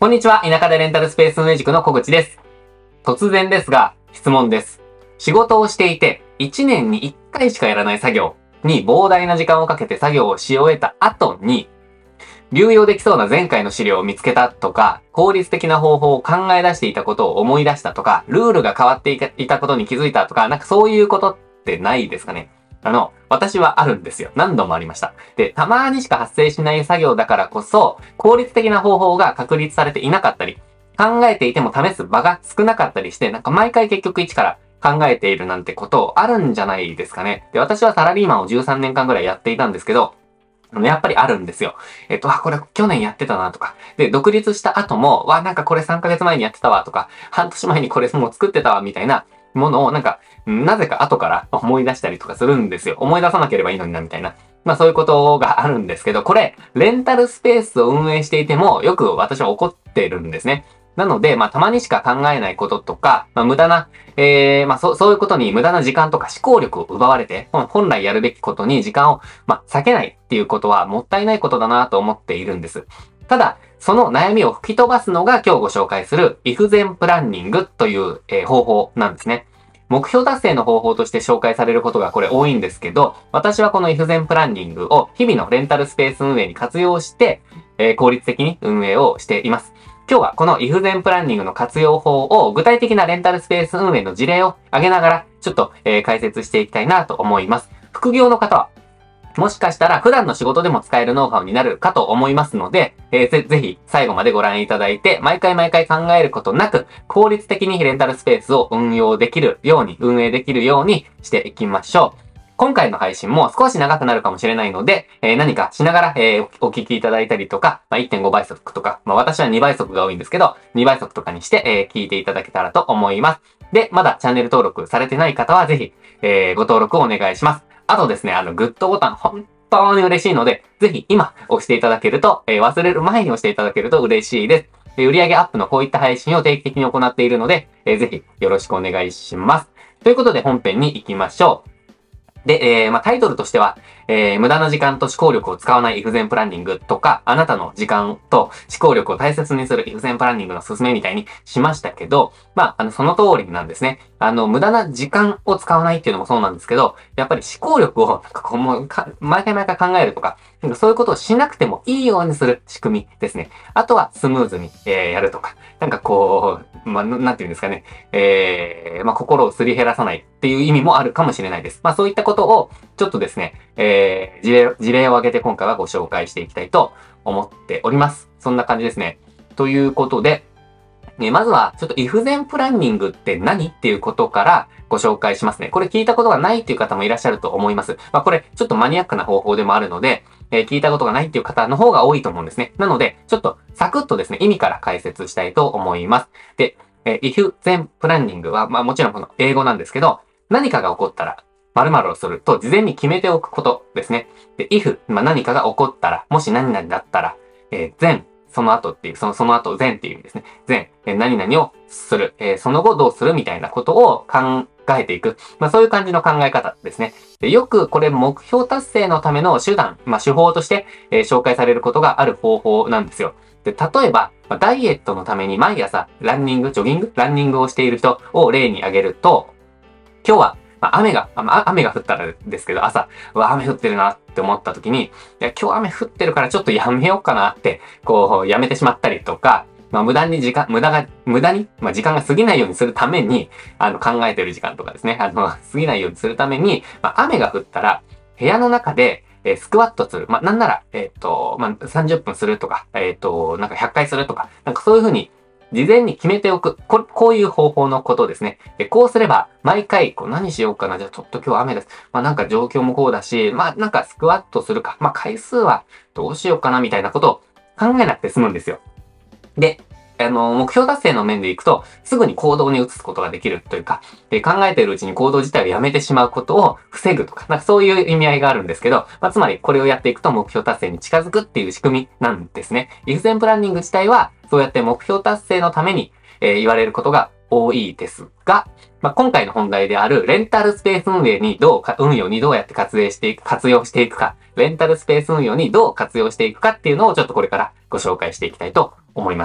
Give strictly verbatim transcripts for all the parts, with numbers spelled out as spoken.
こんにちは、田舎でレンタルスペース運営塾の小口です。突然ですが、質問です。仕事をしていて、いちねんにいっかいしかやらない作業に膨大な時間をかけて作業をし終えた後に、流用できそうな前回の資料を見つけたとか、効率的な方法を考え出していたことを思い出したとか、ルールが変わっていたことに気づいたとか、なんかそういうことってないですかね。あの、私はあるんですよ。何度もありました。で、たまにしか発生しない作業だからこそ、効率的な方法が確立されていなかったり、考えていても試す場が少なかったりして、なんか毎回結局一から考えているなんてことあるんじゃないですかね。で、私はサラリーマンをじゅうさんねんかんぐらいやっていたんですけど、やっぱりあるんですよ。えっと、あ、これ去年やってたなとか。で、独立した後も、わ、なんかこれさんかげつまえにやってたわとか、半年前にこれもう作ってたわみたいなものをなんか、なぜか後から思い出したりとかするんですよ。思い出さなければいいのになみたいな。まあそういうことがあるんですけど、これ、レンタルスペースを運営していても、よく私は怒ってるんですね。なので、まあたまにしか考えないこととか、まあ無駄な、えー、まあそ、そういうことに無駄な時間とか思考力を奪われて、本来やるべきことに時間を、まあ避けないっていうことはもったいないことだなと思っているんです。ただ、その悩みを吹き飛ばすのが今日ご紹介する if then プランニングという、えー、方法なんですね。目標達成の方法として紹介されることがこれ多いんですけど、私はこの if then プランニングを日々のレンタルスペース運営に活用して、えー、効率的に運営をしています。今日はこの if then プランニングの活用法を具体的なレンタルスペース運営の事例を挙げながらちょっと、えー、解説していきたいなと思います。副業の方はもしかしたら普段の仕事でも使えるノウハウになるかと思いますので、えー、ぜ、ぜひ最後までご覧いただいて、毎回毎回考えることなく、効率的にレンタルスペースを運用できるように、運営できるようにしていきましょう。今回の配信も少し長くなるかもしれないので、えー、何かしながら、えー、お聞きいただいたりとか、まあ、いってんごばい速とか、まあ、私はにばい速が多いんですけど、にばい速とかにして、えー、聞いていただけたらと思います。で、まだチャンネル登録されてない方はぜひ、えー、ご登録をお願いします。あとですね、あの、グッドボタン、本当に嬉しいので、ぜひ今押していただけると、えー、忘れる前に押していただけると嬉しいです。で、売上アップのこういった配信を定期的に行っているので、えー、ぜひよろしくお願いします。ということで本編に行きましょう。で、えー、まあ、タイトルとしては、えー、無駄な時間と思考力を使わない if then プランニングとか、あなたの時間と思考力を大切にする if then プランニングの進めみたいにしましたけど、まあ、あの、その通りなんですね。あの、無駄な時間を使わないっていうのもそうなんですけど、やっぱり思考力を、なんかこう、もうか、毎回毎回考えるとか、なんかそういうことをしなくてもいいようにする仕組みですね。あとはスムーズに、えー、やるとか、なんかこう、まあ、なんていうんですかね、えー、まあ、心をすり減らさないっていう意味もあるかもしれないです。まあ、そういったことを、ちょっとですね、えー、事例、事例を挙げて今回はご紹介していきたいと思っております。そんな感じですね。ということで、ね、まずは、ちょっと if then プランニングって何っていうことからご紹介しますね。これ聞いたことがないっていう方もいらっしゃると思います。まあこれちょっとマニアックな方法でもあるので、えー、聞いたことがないっていう方の方が多いと思うんですね。なので、ちょっとサクッとですね、意味から解説したいと思います。で、えー、if then プランニングは、まあもちろんこの英語なんですけど、何かが起こったら、〇〇をすると事前に決めておくことですね。で、if、まあ何かが起こったら、もし何々だったら、えー、then、その後っていう、その、その後、前っていう意味ですね。前、え何々をする、えー、その後どうするみたいなことを考えていく。まあそういう感じの考え方ですね。でよくこれ目標達成のための手段、まあ手法として、えー、紹介されることがある方法なんですよ。で、例えば、まあ、ダイエットのために毎朝ランニング、ジョギングランニングをしている人を例に挙げると、今日はまあ、雨が、まあ、雨が降ったらですけど、朝、うわ、雨降ってるなって思った時に、いや、今日雨降ってるからちょっとやめようかなって、こう、やめてしまったりとか、まあ、無駄に時間、無駄が、無駄に、まあ、時間が過ぎないようにするために、あの、考えてる時間とかですね、あの、過ぎないようにするために、まあ、雨が降ったら、部屋の中で、えー、スクワットする。まあ、なんなら、えっと、まあ、さんじゅっぷんするとか、えっと、なんかひゃっかいするとか、なんかそういうふうに、事前に決めておく。こ、こういう方法のことですね。で、こうすれば、毎回、こう何しようかな。じゃあちょっと今日雨です。まあなんか状況もこうだし、まあなんかスクワットするか。まあ回数はどうしようかなみたいなことを考えなくて済むんですよ。で、あの、目標達成の面でいくと、すぐに行動に移すことができるというか、で考えているうちに行動自体をやめてしまうことを防ぐとか、なんかそういう意味合いがあるんですけど、まあ、つまりこれをやっていくと目標達成に近づくっていう仕組みなんですね。if then プランニング自体は、そうやって目標達成のために、えー、言われることが多いですが、まあ、今回の本題であるレンタルスペース運営にどうか、運用にどうやって活用していく、活用していくか、レンタルスペース運用にどう活用していくかっていうのをちょっとこれからご紹介していきたいと思います。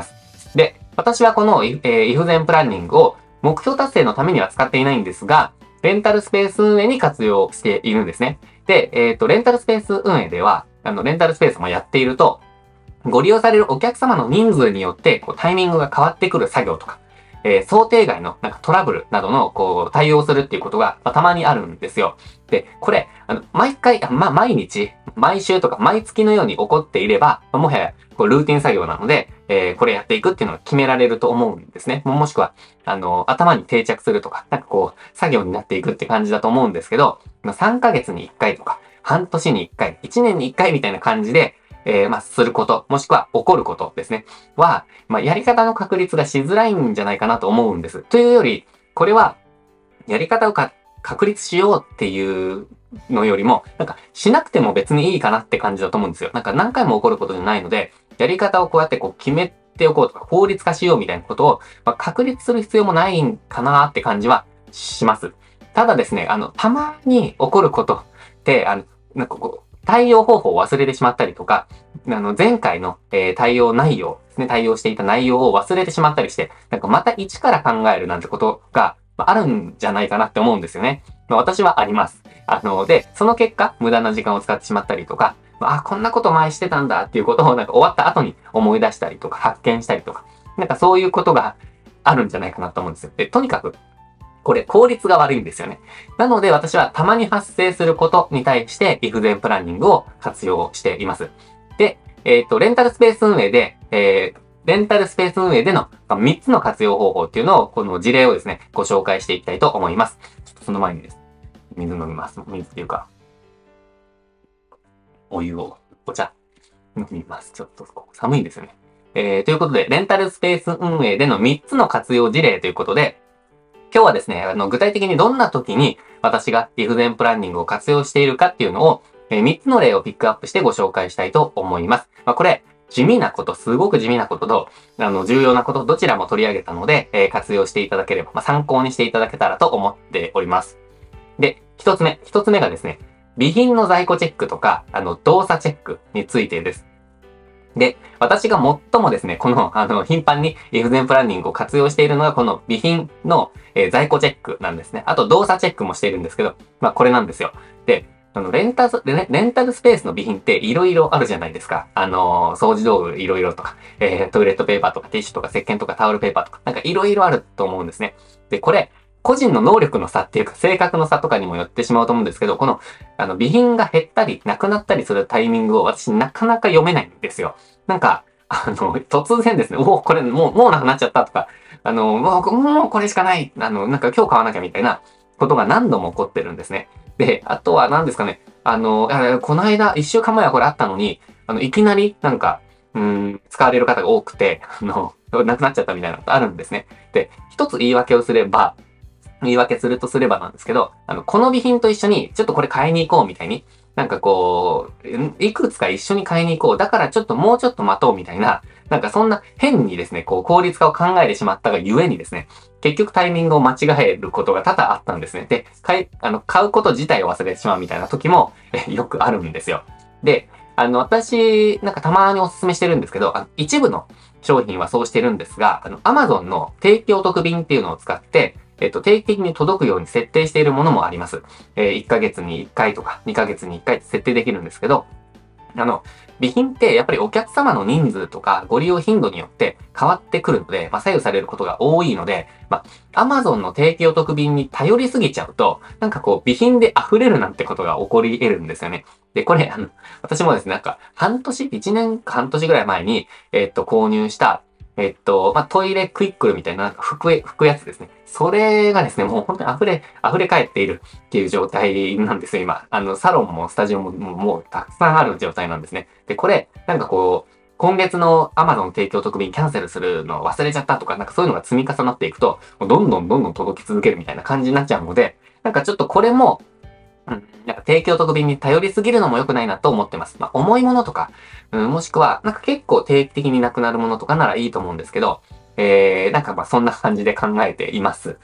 で、私はこの、えー、if then プランニングを目標達成のためには使っていないんですが、レンタルスペース運営に活用しているんですね。で、えっと、レンタルスペース運営では、あの、レンタルスペースもやっていると、ご利用されるお客様の人数によって、こう、タイミングが変わってくる作業とか、えー、想定外のなんかトラブルなどの、こう、対応するっていうことが、まあ、たまにあるんですよ。で、これ、あの、毎回、まあ、毎日、毎週とか毎月のように起こっていれば、まあ、もはや、こう、ルーティン作業なので、えー、これやっていくっていうのが決められると思うんですね。ももしくは、あの、頭に定着するとか、なんかこう、作業になっていくって感じだと思うんですけど、まあ、さんかげつにいっかいとか、半年にいっかい、いちねんにいっかいみたいな感じで、えー、まあ、すること、もしくは起こることですね。は、まあ、やり方の確立がしづらいんじゃないかなと思うんです。というより、これは、やり方をか確立しようっていうのよりも、なんか、しなくても別にいいかなって感じだと思うんですよ。なんか、何回も起こることじゃないので、やり方をこうやってこう決めておこうとか、効率化しようみたいなことを、まあ、確立する必要もないんかなって感じはします。ただですね、あの、たまに起こることって、あの、なんかこう、対応方法を忘れてしまったりとか、あの、前回の、えー、対応内容ですね、対応していた内容を忘れてしまったりして、なんかまた一から考えるなんてことが、まあ、あるんじゃないかなって思うんですよね。まあ、私はあります。あの、で、その結果、無駄な時間を使ってしまったりとか、あ、こんなこと前してたんだっていうことをなんか終わった後に思い出したりとか、発見したりとか、なんかそういうことがあるんじゃないかなと思うんですよ。で、とにかく、これ効率が悪いんですよね。なので私はたまに発生することに対して if then プランニングを活用しています。で、えっと、レンタルスペース運営で、えー、レンタルスペース運営でのみっつの活用方法っていうのを、この事例をですね、ご紹介していきたいと思います。ちょっとその前にですね、水飲みます。水っていうか、お湯を、お茶飲みます。ちょっと寒いんですよね。えー、ということで、レンタルスペース運営でのみっつの活用事例ということで、今日はですね、あの、具体的にどんな時に私がif then プランニングを活用しているかっていうのを、えー、みっつの例をピックアップしてご紹介したいと思います。まあ、これ、地味なこと、すごく地味なことと、あの、重要なこと、どちらも取り上げたので、えー、活用していただければ、まあ、参考にしていただけたらと思っております。で、一つ目。一つ目がですね、備品の在庫チェックとか、あの、動作チェックについてです。で、私が最もですね、この、あの、頻繁に if then プランニングを活用しているのが、この備品の、えー、在庫チェックなんですね。あと、動作チェックもしているんですけど、まあ、これなんですよ。で、あの、レンタル、レレンタルスペースの備品っていろいろあるじゃないですか。あのー、掃除道具いろいろとか、えー、トイレットペーパーとかティッシュとか石鹸とかタオルペーパーとか、なんかいろいろあると思うんですね。で、これ、個人の能力の差っていうか、性格の差とかにもよってしまうと思うんですけど、この、あの、備品が減ったり、なくなったりするタイミングを私なかなか読めないんですよ。なんか、あの、突然ですね、おお、これもう、もうなくなっちゃったとか、あの、もう、もうこれしかない、あの、なんか今日買わなきゃみたいなことが何度も起こってるんですね。で、あとは何ですかね、あの、この間、一週間前はこれあったのに、あの、いきなりなんか、うん、使われる方が多くて、あの、なくなっちゃったみたいなことあるんですね。で、一つ言い訳をすれば、言い訳するとすればなんですけど、あの、この備品と一緒に、ちょっとこれ買いに行こうみたいに、なんかこう、いくつか一緒に買いに行こう。だからちょっともうちょっと待とうみたいな、なんかそんな変にですね、こう効率化を考えてしまったがゆえにですね、結局タイミングを間違えることが多々あったんですね。で、買い、あの、買うこと自体を忘れてしまうみたいな時も、えよくあるんですよ。で、あの、私、なんかたまにお勧めしてるんですけど、あの一部の商品はそうしてるんですが、あの、Amazon の提供特便っていうのを使って、えっと、定期的に届くように設定しているものもあります。えー、いっかげつにいっかいとかにかげつにいっかいって設定できるんですけど、あの、備品ってやっぱりお客様の人数とかご利用頻度によって変わってくるので、まあ、左右されることが多いので、まあ、Amazon の提供特便に頼りすぎちゃうと、なんかこう、備品で溢れるなんてことが起こり得るんですよね。で、これ、あの、私もですね、なんか、半年、いちねんか半年ぐらい前に、えっと、購入した、えっと、まあ、トイレクイックルみたいな、なんか拭く、拭くやつですね。それがですね、もう本当に溢れ、溢れ返っているっていう状態なんですよ、今。あの、サロンもスタジオももうもうたくさんある状態なんですね。で、これ、なんかこう、今月の Amazon 提供特便キャンセルするのを忘れちゃったとか、なんかそういうのが積み重なっていくと、どんどんどんどん届き続けるみたいな感じになっちゃうので、なんかちょっとこれも、うん、なんか提供特便に頼りすぎるのも良くないなと思ってます。まあ、重いものとか、うん、もしくは、なんか結構定期的になくなるものとかならいいと思うんですけど、えー、なんかまあそんな感じで考えています。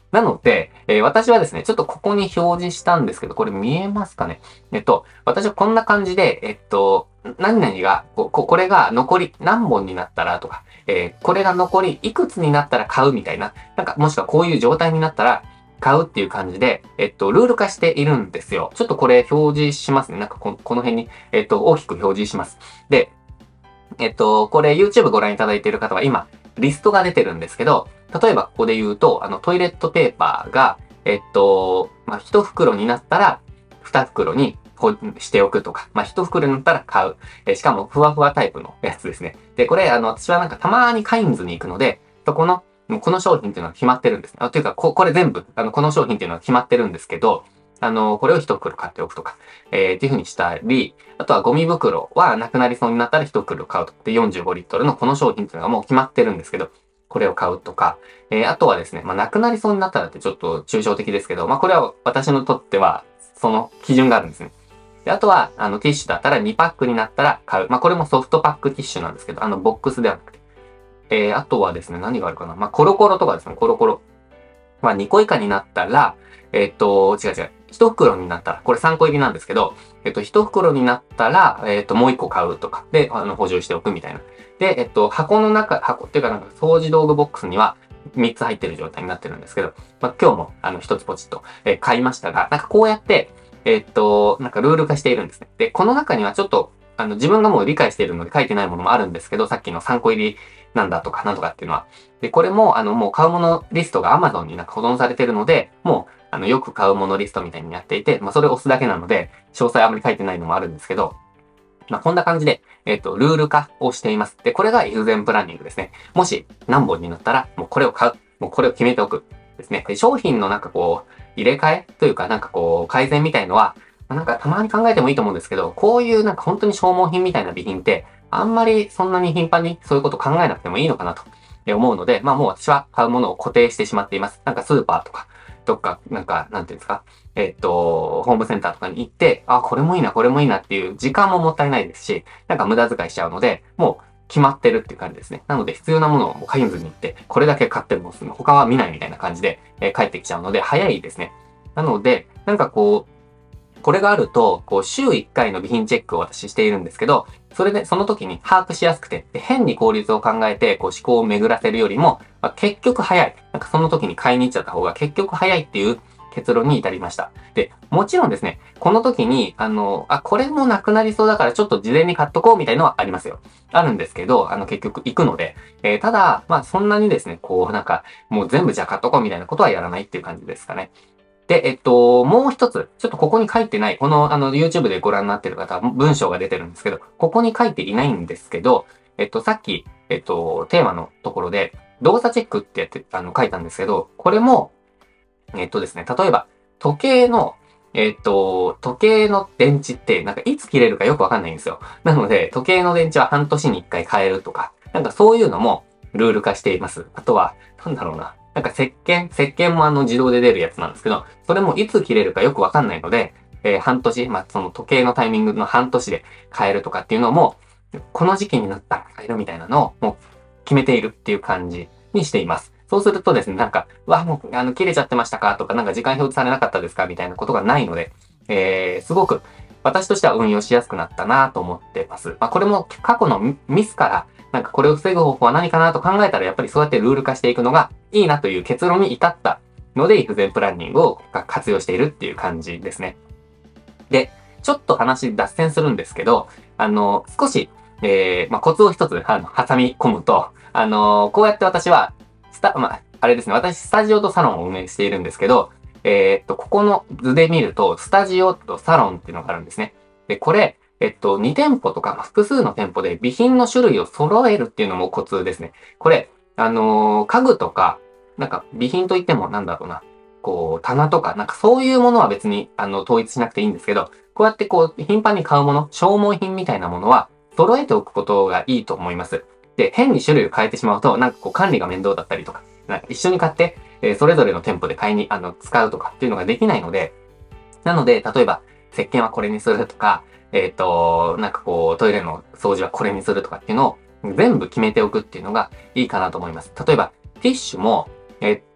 なので、えー私はですね、ちょっとここに表示したんですけど、これ見えますかね。えっと、私はこんな感じで、えっと、何々が、こここれが残り何本になったらとか、えーこれが残りいくつになったら買うみたいな、なんかもしくはこういう状態になったら買うっていう感じで、えっと、ルール化しているんですよ。ちょっとこれ表示しますね。なんかここの辺に、えっと、大きく表示します。で、えっと、これ YouTube ご覧いただいている方は今、リストが出てるんですけど、例えばここで言うと、あの、トイレットペーパーが、えっと、まあ、一袋になったら、二袋にこうしておくとか、まあ、一袋になったら買う。えしかも、ふわふわタイプのやつですね。で、これ、あの、私はなんかたまにカインズに行くので、そこの、もうこの商品っていうのは決まってるんですね。あというか、こ、これ全部、あの、この商品っていうのは決まってるんですけど、あの、これを一袋買っておくとか、えー、っていう風にしたり、あとはゴミ袋はなくなりそうになったら一袋買うと。で、よんじゅうごリットルのこの商品っていうのがもう決まってるんですけど、これを買うとか、えー、あとはですね、まあ、なくなりそうになったらってちょっと抽象的ですけど、まあ、これは私にとっては、その基準があるんですね。で、あとは、あの、ティッシュだったらにパックになったら買う。まあ、これもソフトパックティッシュなんですけど、あの、ボックスではなくて。えー、あとはですね、何があるかな。まあ、コロコロとかですね、コロコロ。まあ、にこ以下になったら、えっと、違う違う。いち袋になったら、これさんこ入りなんですけど、えっと、いち袋になったら、えっと、もういっこ買うとか、で、あの、補充しておくみたいな。で、えっと、箱の中、箱っていうかなんか、掃除道具ボックスにはみっつ入ってる状態になってるんですけど、まあ、今日も、あの、ひとつポチッと、えー買いましたが、なんかこうやって、えっと、なんかルール化しているんですね。で、この中にはちょっと、あの、自分がもう理解しているので書いてないものもあるんですけど、さっきのさんこ入りなんだとか、なんとかっていうのは。で、これも、あの、もう買うものリストが Amazon になんか保存されてるので、もう、あの、よく買うものリストみたいにやっていて、まあ、それを押すだけなので、詳細あまり書いてないのもあるんですけど、まあ、こんな感じで、えっと、ルール化をしています。で、これが if then プランニングですね。もし何本になったら、もうこれを買う。もうこれを決めておく。ですね。で、商品のなんかこう、入れ替えというか、なんかこう、改善みたいのは、まあなんかたまに考えてもいいと思うんですけど、こういうなんか本当に消耗品みたいな備品って、あんまりそんなに頻繁にそういうこと考えなくてもいいのかなと思うので、まあもう私は買うものを固定してしまっています。なんかスーパーとか、どっか、なんか、なんていうんですか、えっと、ホームセンターとかに行って、あ、これもいいな、これもいいなっていう時間ももったいないですし、なんか無駄遣いしちゃうので、もう決まってるっていう感じですね。なので必要なものをもうカインズに行って、これだけ買っても他は見ないみたいな感じで、えー帰ってきちゃうので、早いですね。なので、なんかこう、これがあると、こう、週いっかいの備品チェックを私しているんですけど、それで、その時に把握しやすくて、で変に効率を考えて、こう、思考を巡らせるよりも、まあ、結局早い。なんかその時に買いに行っちゃった方が結局早いっていう結論に至りました。で、もちろんですね、この時に、あの、あ、これもなくなりそうだからちょっと事前に買っとこうみたいのはありますよ。あるんですけど、あの、結局行くので、えーただ、まあ、そんなにですね、こう、なんか、もう全部じゃあ買っとこうみたいなことはやらないっていう感じですかね。で、えっと、もう一つ、ちょっとここに書いてない、この、あの、YouTube でご覧になっている方は文章が出てるんですけど、ここに書いていないんですけど、えっと、さっき、えっと、テーマのところで、動作チェックってやって、あの、書いたんですけど、これも、えっとですね、例えば、時計の、えっと、時計の電池って、なんかいつ切れるかよくわかんないんですよ。なので、時計の電池は半年に一回変えるとか、なんかそういうのもルール化しています。あとは、なんだろうな。なんか石鹸石鹸もあの自動で出るやつなんですけど、それもいつ切れるかよくわかんないので、えー半年、まあ、その時計のタイミングの半年で変えるとかっていうのも、この時期になったら変えるみたいなのをもう決めているっていう感じにしています。そうするとですね、なんか、うわ、もう、あの、切れちゃってましたかとか、なんか時間表示されなかったですかみたいなことがないので、えー、すごく私としては運用しやすくなったなと思ってます。まあ、これも過去のミミスから、なんかこれを防ぐ方法は何かなと考えたら、やっぱりそうやってルール化していくのがいいなという結論に至ったので、イフゼンプランニングを活用しているっていう感じですね。で、ちょっと話脱線するんですけど、あの、少し、えー、まあ、コツを一つ、あの、挟み込むと、あの、こうやって私は、スタ、まあ、あれですね、私、スタジオとサロンを運営しているんですけど、えーっと、ここの図で見ると、スタジオとサロンっていうのがあるんですね。で、これ、えっと、に店舗とか、まあ複数の店舗で備品の種類を揃えるっていうのもコツですね。これ、あのー家具とか、なんか備品といってもなんだろうな、こう、棚とか、なんかそういうものは別に、あの、統一しなくていいんですけど、こうやってこう、頻繁に買うもの、消耗品みたいなものは、揃えておくことがいいと思います。で、変に種類を変えてしまうと、なんかこう、管理が面倒だったりとか、なんか一緒に買って、えーそれぞれの店舗で買いに、あの、使うとかっていうのができないので、なので、例えば、石鹸はこれにするとか、えっと、なんかこう、トイレの掃除はこれにするとかっていうのを全部決めておくっていうのがいいかなと思います。例えば、ティッシュも、えっ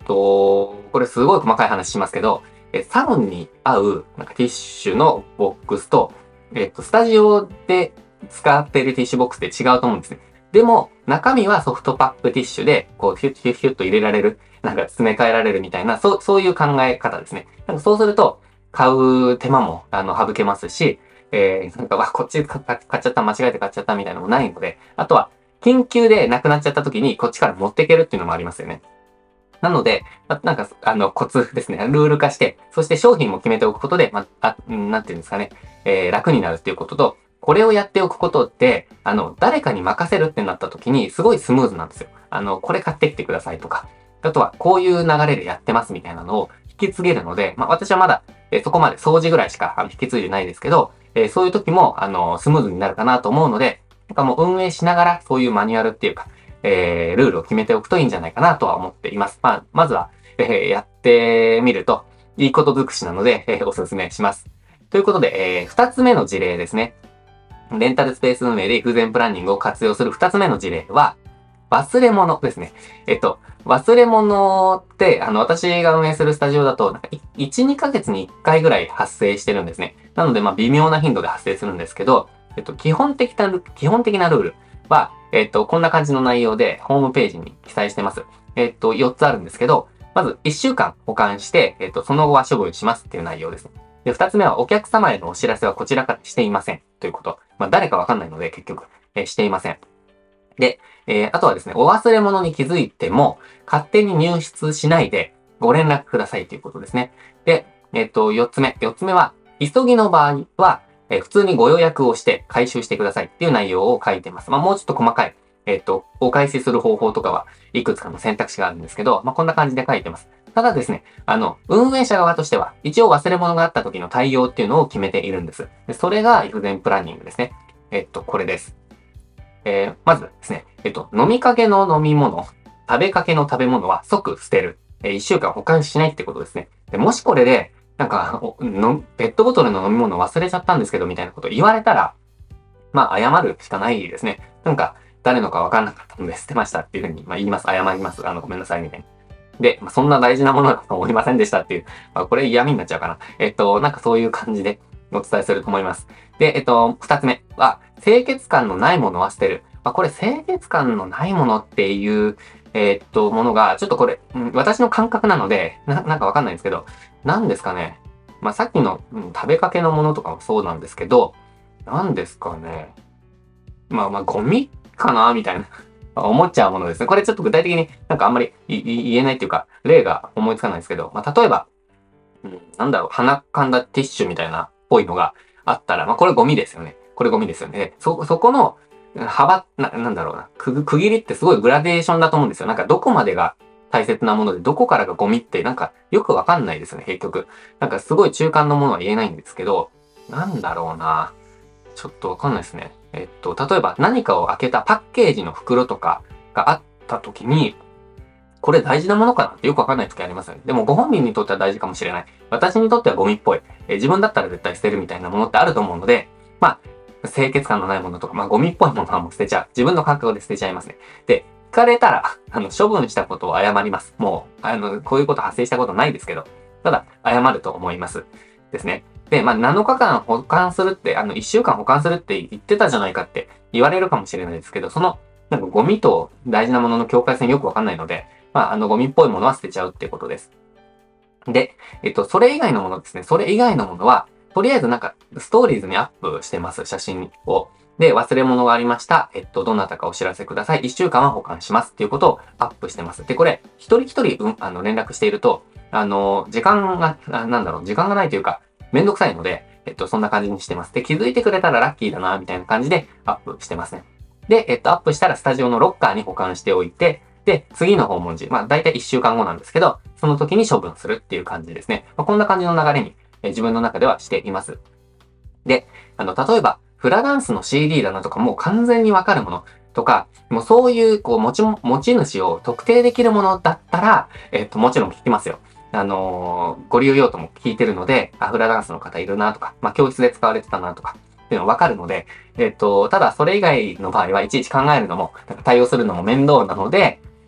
と、これすごい細かい話しますけど、えサロンに合うなんかティッシュのボックスと、えっと、スタジオで使っているティッシュボックスって違うと思うんですね。でも、中身はソフトパックティッシュで、こう、ヒュッヒュッヒュッと入れられる、なんか詰め替えられるみたいな、そう、そういう考え方ですね。なんかそうすると、買う手間も、あの、省けますし、えー、なんか、わ、こっち買っちゃった、間違えて買っちゃったみたいなのもないので、あとは、緊急でなくなっちゃった時に、こっちから持っていけるっていうのもありますよね。なので、まなんか、あの、コツですね。ルール化して、そして商品も決めておくことで、まあ、なんていうんですかね、えー、楽になるっていうことと、これをやっておくことって、あの、誰かに任せるってなった時に、すごいスムーズなんですよ。あの、これ買ってきてくださいとか、あとは、こういう流れでやってますみたいなのを引き継げるので、まあ、私はまだ、えー、そこまで掃除ぐらいしかあの引き継いでないですけど、えー、そういう時も、あの、スムーズになるかなと思うので、なんかもう運営しながら、そういうマニュアルっていうか、えー、ルールを決めておくといいんじゃないかなとは思っています。まあ、まずは、えー、やってみると、いいこと尽くしなので、えー、おすすめします。ということで、えー、二つ目の事例ですね。レンタルスペース運営で育前プランニングを活用する二つ目の事例は、忘れ物ですね。えっと、忘れ物って、あの、私が運営するスタジオだと、なんかいち、にかげつにいっかいぐらい発生してるんですね。なので、まあ、微妙な頻度で発生するんですけど、えっと、基本的な、基本的なルールは、えっと、こんな感じの内容で、ホームページに記載してます。えっと、よっつあるんですけど、まず、いっしゅうかん保管して、えっと、その後は処分しますっていう内容です。で、ふたつめは、お客様へのお知らせはこちらからしていません。ということ。まあ、誰かわかんないので、結局、えーしていません。で、えー、あとはですね、お忘れ物に気づいても、勝手に入室しないでご連絡くださいということですね。で、えっと、よっつめ。よっつめは、急ぎの場合は、えー普通にご予約をして回収してくださいっていう内容を書いてます。まあ、もうちょっと細かい、えっと、お返しする方法とかはいくつかの選択肢があるんですけど、まあ、こんな感じで書いてます。ただですね、あの、運営者側としては、一応忘れ物があった時の対応っていうのを決めているんです。でそれが、育前プランニングですね。えっと、これです。えー、まずですね、えっと、飲みかけの飲み物、食べかけの食べ物は即捨てる。えー、一週間保管しないってことですね。で、もしこれで、なんか、おのペットボトルの飲み物忘れちゃったんですけど、みたいなこと言われたら、まあ、謝るしかないですね。なんか、誰のかわかんなかったので捨てましたっていうふうに、まあ、言います。謝ります。あの、ごめんなさい、みたいな。で、まあ、そんな大事なものだと思いませんでしたっていう、まあ、これ嫌味になっちゃうかな。えっと、なんかそういう感じでお伝えすると思います。で、えっと、二つ目は、清潔感のないものは捨てる。まあ、これ清潔感のないものっていう、えーっと、ものが、ちょっとこれ、うん、私の感覚なので、な、なんかわかんないんですけど、何ですかね。まあ、さっきの、うん、食べかけのものとかもそうなんですけど、何ですかね。まあまあ、ゴミかなみたいな思っちゃうものですね。これちょっと具体的になんかあんまり言えないっていうか、例が思いつかないんですけど、まあ、例えば、うん、なんだろう、鼻かんだティッシュみたいなっぽいのがあったら、まあ、これゴミですよね。これゴミですよね。そ、そこの幅、な、なんだろうな、区、区切りってすごいグラデーションだと思うんですよ。なんかどこまでが大切なもので、どこからがゴミってなんかよくわかんないですよね、結局。なんかすごい中間のものは言えないんですけど、なんだろうな。ちょっとわかんないですね。えっと、例えば何かを開けたパッケージの袋とかがあった時に、これ大事なものかなってよくわかんない時ありますよね。でもご本人にとっては大事かもしれない。私にとってはゴミっぽい。えー自分だったら絶対捨てるみたいなものってあると思うので、まあ、清潔感のないものとか、まあゴミっぽいものはもう捨てちゃう。自分の感覚で捨てちゃいますね。で、聞かれたら、あの、処分したことを謝ります。もう、あの、こういうこと発生したことないですけど、ただ、謝ると思います。ですね。で、まあ、なのかかん保管するって、あの、いっしゅうかん保管するって言ってたじゃないかって言われるかもしれないですけど、その、なんかゴミと大事なものの境界線よくわかんないので、まあ、あの、ゴミっぽいものは捨てちゃうっていうことです。で、えっと、それ以外のものですね。それ以外のものは、とりあえずなんか、ストーリーズにアップしてます、写真を。で、忘れ物がありました。えっと、どなたかお知らせください。いっしゅうかんは保管しますっていうことをアップしてます。で、これ、一人一人、うん、あの、連絡していると、あの、時間が、あなんだろう、時間がないというか、めんどくさいので、えっと、そんな感じにしてます。で、気づいてくれたらラッキーだな、みたいな感じでアップしてますね。で、えっと、アップしたらスタジオのロッカーに保管しておいて、で、次の訪問時、まあ、だいたいいっしゅうかんごなんですけど、その時に処分するっていう感じですね。まあ、こんな感じの流れに、え自分の中ではしています。で、あの、例えば、フラダンスの シーディー だなとかもう完全にわかるものとか、もうそういう、こう、持ち、持ち主を特定できるものだったら、えっと、もちろん聞きますよ。あのーご利用用途も聞いてるので、あ、フラダンスの方いるなとか、まあ、教室で使われてたなとか、っていうのわかるので、えっと、ただそれ以外の場合はいちいち考えるのも、なんか対応するのも面倒なので、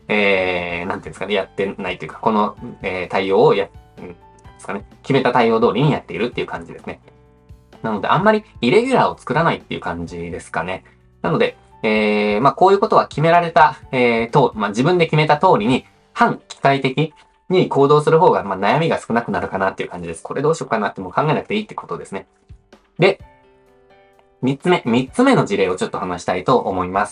えー、なんていうんですかね、やってないというか、この、えー、対応をや、うんですかね、決めた対応通りにやっているっていう感じですね。なので、あんまりイレギュラーを作らないっていう感じですかね。なので、えー、まあ、こういうことは決められた、えー、と、まあ、自分で決めた通りに、反機械的に行動する方が、まあ、悩みが少なくなるかなっていう感じです。これどうしようかなってもう考えなくていいってことですね。で、三つ目、三つ目の事例をちょっと話したいと思います。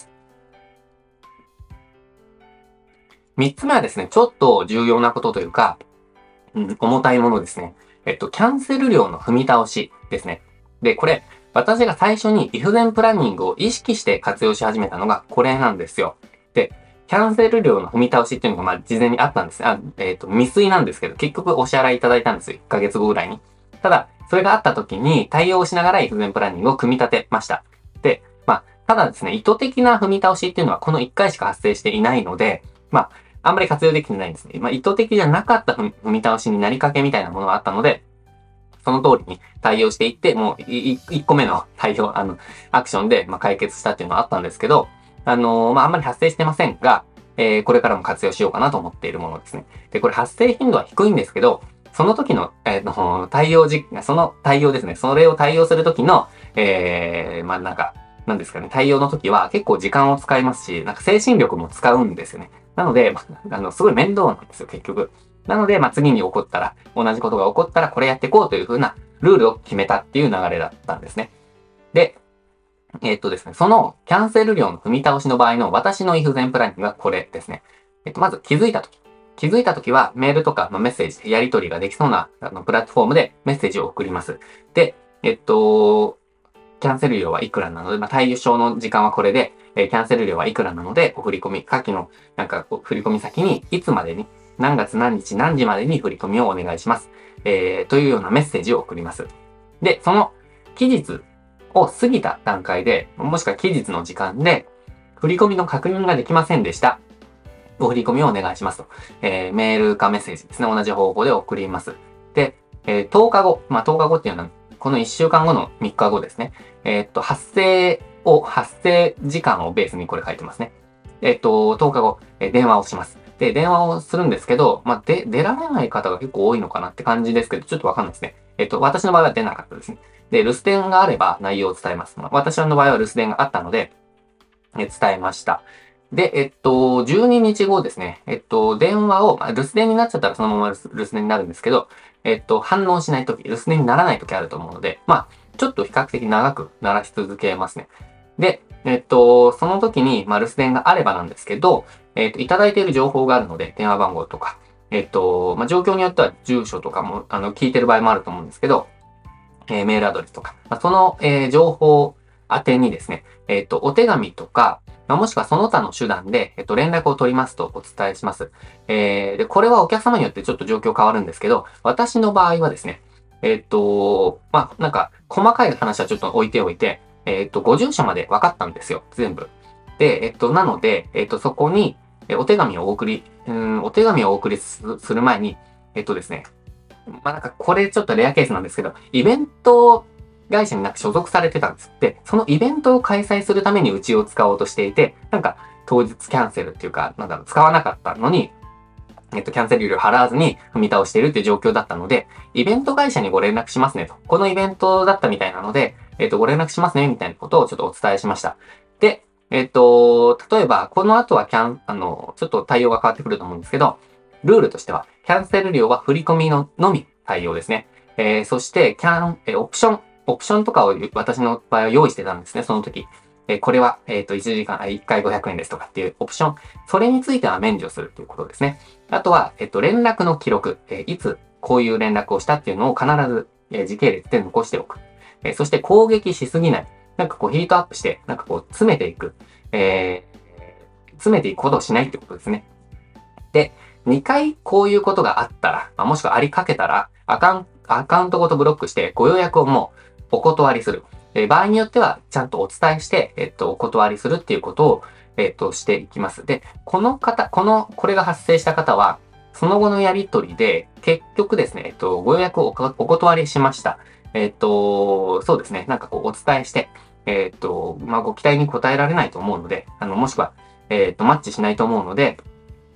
三つ目はですね、ちょっと重要なことというか、うん、重たいものですね。えっと、キャンセル料の踏み倒しですね。で、これ、私が最初に イフ 前プランニングを意識して活用し始めたのがこれなんですよ。で、キャンセル料の踏み倒しっていうのがまあ事前にあったんです。あ、えっと、未遂なんですけど、結局お支払いいただいたんですよ。いっかげつごぐらいに。ただ、それがあった時に対応しながら イフ 前プランニングを組み立てました。で、まあ、ただですね、意図的な踏み倒しっていうのはこのいっかいしか発生していないので、まあ、あんまり活用できてないんですね。まあ、意図的じゃなかった踏み倒しになりかけみたいなものがあったので、その通りに対応していって、もういっこめの対応、あの、アクションで、まあ、解決したっていうのはあったんですけど、あのー、まあ、あんまり発生してませんが、えー、これからも活用しようかなと思っているものですね。で、これ発生頻度は低いんですけど、その時の、えー、対応時、その対応ですね。それを対応する時の、えー、まあ、なんか、なんですかね、対応の時は結構時間を使いますし、なんか精神力も使うんですよね。なので、あの、すごい面倒なんですよ、結局。なので、まあ、次に起こったら、同じことが起こったらこれやっていこうという風なルールを決めたっていう流れだったんですね。で、えー、っとですね、そのキャンセル料の踏み倒しの場合の私の イフ 前プランニングはこれですね。えっと、まず気づいたとき。気づいたときはメールとかのメッセージでやり取りができそうなあのプラットフォームでメッセージを送ります。で、えっと、キャンセル料はいくらなので、まあ、対象の時間はこれで、えー、キャンセル料はいくらなので、お振り込み、下記の、なんか、振り込み先に、いつまでに、何月何日何時までに振り込みをお願いします。えー、というようなメッセージを送ります。で、その期日を過ぎた段階で、もしくは期日の時間で、振り込みの確認ができませんでした。お振り込みをお願いしますと。えー、メールかメッセージですね。同じ方法で送ります。で、えー、とおかご。まあ、とおかごっていうのは、このいっしゅうかんごのみっかごですね。えー、っと、発生を、発生時間をベースにこれ書いてますね。えー、っと、とおかご、えー、電話をします。で、電話をするんですけど、まあ、で、出られない方が結構多いのかなって感じですけど、ちょっとわかんないですね。えー、っと、私の場合は出なかったですね。で、留守電があれば内容を伝えます。まあ、私の場合は留守電があったので、えー、伝えました。で、えっと、じゅうににちごですね。えっと、電話を、まあ、留守電になっちゃったらそのまま留守電になるんですけど、えっと、反応しないとき、留守電にならないときあると思うので、まあ、ちょっと比較的長く鳴らし続けますね。で、えっと、その時に、まあ、留守電があればなんですけど、えっと、いただいている情報があるので、電話番号とか、えっと、まあ、状況によっては住所とかも、あの、聞いてる場合もあると思うんですけど、えー、メールアドレスとか、まあ、その、えー、情報宛てにですね、えっと、お手紙とか、まあ、もしくはその他の手段で、えっと、連絡を取りますとお伝えします。えー、で、これはお客様によってちょっと状況変わるんですけど、私の場合はですね、えっと、まあ、なんか、細かい話はちょっと置いておいて、えっと、ご住所まで分かったんですよ、全部。で、えっと、なので、えっと、そこに、えお手紙をお送り、うん、お手紙をお送りする前に、えっとですね、まあ、なんかこれちょっとレアケースなんですけど、イベント会社になんか所属されてたんですって、そのイベントを開催するためにうちを使おうとしていて、なんか当日キャンセルっていうか、なんだろう、使わなかったのに、えっと、キャンセル料払わずに踏み倒しているっていう状況だったので、イベント会社にご連絡しますねと。このイベントだったみたいなので、えっと、ご連絡しますねみたいなことをちょっとお伝えしました。で、えっと、例えば、この後はキャン、あの、ちょっと対応が変わってくると思うんですけど、ルールとしては、キャンセル料は振り込みののみ対応ですね。えー、そして、キャン、えー、オプション、オプションとかを私の場合は用意してたんですね、その時。えー、これは、えっと、いちじかん、いっかいごひゃくえんですとかっていうオプション。それについては免除するということですね。あとは、えっと、連絡の記録。えー、いつ、こういう連絡をしたっていうのを必ず、えー、時系列で残しておく。えー、そして攻撃しすぎない。なんかこうヒートアップして、なんかこう詰めていく。えー、詰めていくことをしないってことですね。で、にかいこういうことがあったら、まあ、もしくはありかけたら、アカウンアカウントごとブロックしてご予約をもうお断りする。えー、場合によってはちゃんとお伝えして、えっと、お断りするっていうことを、えっと、していきます。で、この方、この、これが発生した方は、その後のやりとりで、結局ですね、えっと、ご予約をお断りしました。えっと、そうですね、なんかこうお伝えして、えっと、まあ、ご期待に応えられないと思うので、あの、もしくは、えっと、マッチしないと思うので、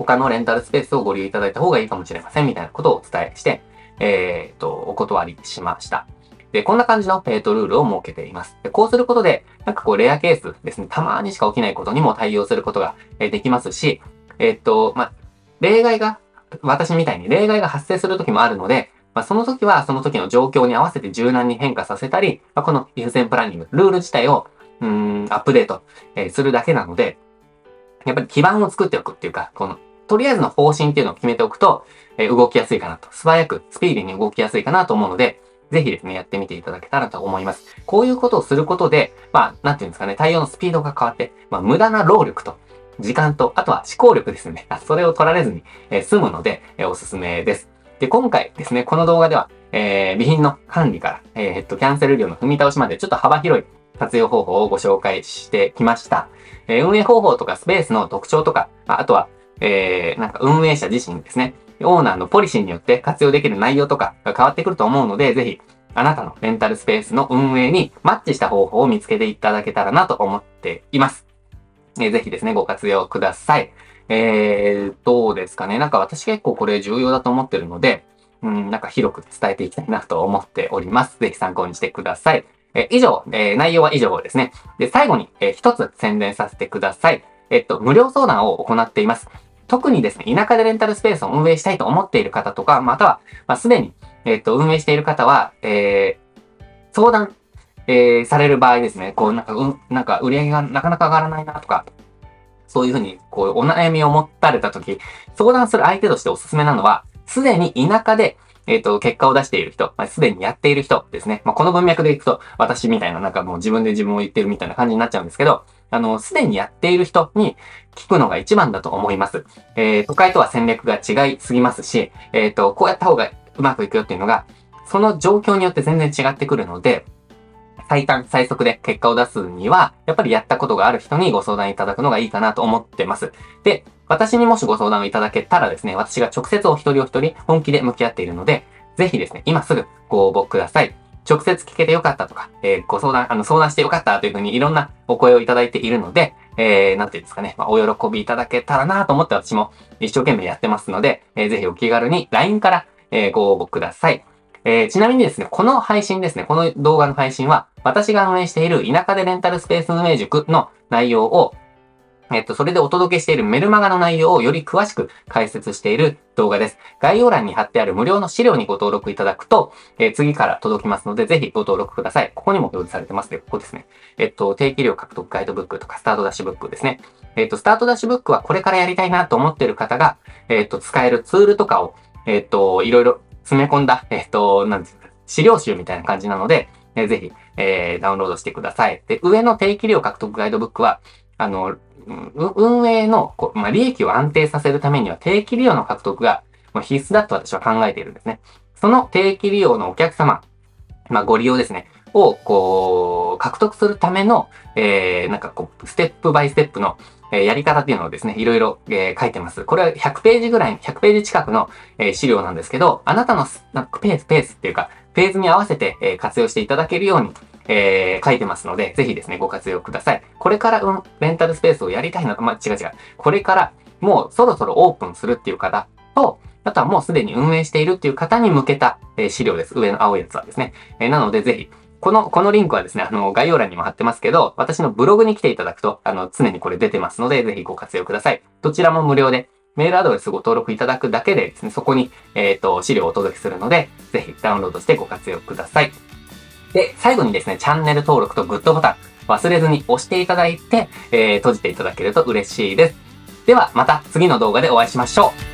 他のレンタルスペースをご利用いただいた方がいいかもしれませんみたいなことをお伝えして、えっと、お断りしました。で、こんな感じの、えっと、ルールを設けています。で、こうすることで、なんかこう、レアケースですね、たまにしか起きないことにも対応することが、えできますし、えっと、まあ、例外が、私みたいに例外が発生する時もあるので、まあ、その時はその時の状況に合わせて柔軟に変化させたり、まあ、この if then プランニング、ルール自体を、うーん、アップデート、えー、するだけなので、やっぱり基盤を作っておくっていうか、この、とりあえずの方針っていうのを決めておくと、えー、動きやすいかなと。素早く、スピーディーに動きやすいかなと思うので、ぜひですね、やってみていただけたらと思います。こういうことをすることで、まあ、なんていうんですかね、対応のスピードが変わって、まあ、無駄な労力と、時間と、あとは思考力ですね。それを取られずに、えー、済むので、えー、おすすめです。で、今回ですね、この動画では、えー、備品の管理から、えー、っと、キャンセル料の踏み倒しまで、ちょっと幅広い活用方法をご紹介してきました。えー、運営方法とかスペースの特徴とか、あとは、えー、なんか運営者自身ですね、オーナーのポリシーによって活用できる内容とかが変わってくると思うので、ぜひ、あなたのレンタルスペースの運営にマッチした方法を見つけていただけたらなと思っています。えー、ぜひですね、ご活用ください。えー、どうですかね。なんか私結構これ重要だと思ってるので、うん、なんか広く伝えていきたいなと思っております。ぜひ参考にしてください。えー、以上、えー、内容は以上ですね。で、最後に、えー、一つ宣伝させてください。えっと、無料相談を行っています。特にですね、田舎でレンタルスペースを運営したいと思っている方とか、または、まあ、すでに、えっと、運営している方は、えー、相談、えー、される場合ですね、こう、なんか、うん、なんか、売り上げがなかなか上がらないなとか、そういうふうに、こう、お悩みを持たれたとき、相談する相手としておすすめなのは、すでに田舎で、えっと、結果を出している人、まあ、すでにやっている人ですね。まあ、この文脈でいくと、私みたいな、なんかもう自分で自分を言ってるみたいな感じになっちゃうんですけど、あの、すでにやっている人に聞くのが一番だと思います。えー、都会とは戦略が違いすぎますし、えっと、こうやった方がうまくいくよっていうのが、その状況によって全然違ってくるので、最短、最速で結果を出すには、やっぱりやったことがある人にご相談いただくのがいいかなと思ってます。で、私にもしご相談をいただけたらですね、私が直接お一人お一人本気で向き合っているので、ぜひですね、今すぐご応募ください。直接聞けてよかったとか、えー、ご相談、あの、相談してよかったというふうにいろんなお声をいただいているので、えー、なんていうんですかね、まあ、お喜びいただけたらなと思って私も一生懸命やってますので、えー、ぜひお気軽に ライン から、えー、ご応募ください。えー、ちなみにですね、この配信ですね、この動画の配信は、私が運営している田舎でレンタルスペース運営塾の内容を、えっと、それでお届けしているメルマガの内容をより詳しく解説している動画です。概要欄に貼ってある無料の資料にご登録いただくと、えー、次から届きますので、ぜひご登録ください。ここにも表示されてますね。ここですね。えっと、定期料獲得ガイドブックとか、スタートダッシュブックですね。えっと、スタートダッシュブックはこれからやりたいなと思っている方が、えっと、使えるツールとかを、えっと、いろいろ詰め込んだ、えっと、なんですか、資料集みたいな感じなので、えー、ぜひ、えー、ダウンロードしてください。で、上の定期料獲得ガイドブックは、あの、運営のこう、まあ、利益を安定させるためには定期利用の獲得が必須だと私は考えているんですね。その定期利用のお客様、まあ、ご利用ですね、を、こう、獲得するための、えー、なんかこう、ステップバイステップの、えー、やり方っていうのをですね、いろいろ、えー、書いてます。これはひゃくページぐらい、ひゃくページ近くの、えー、資料なんですけど、あなたのなんかペース、ペースっていうか、フェーズに合わせて、えー、活用していただけるように、えー、書いてますので、ぜひですね、ご活用ください。これから、うん、レンタルスペースをやりたいなと、まあ、違う違う。これから、もうそろそろオープンするっていう方と、あとはもうすでに運営しているっていう方に向けた、えー、資料です。上の青いやつはですね。えー、なので、ぜひ、この、このリンクはですね、あの、概要欄にも貼ってますけど、私のブログに来ていただくと、あの、常にこれ出てますので、ぜひご活用ください。どちらも無料で、メールアドレスご登録いただくだけでですね、そこに、えっと、資料をお届けするので、ぜひダウンロードしてご活用ください。で、最後にですね、チャンネル登録とグッドボタン、忘れずに押していただいて、えー、閉じていただけると嬉しいです。では、また次の動画でお会いしましょう。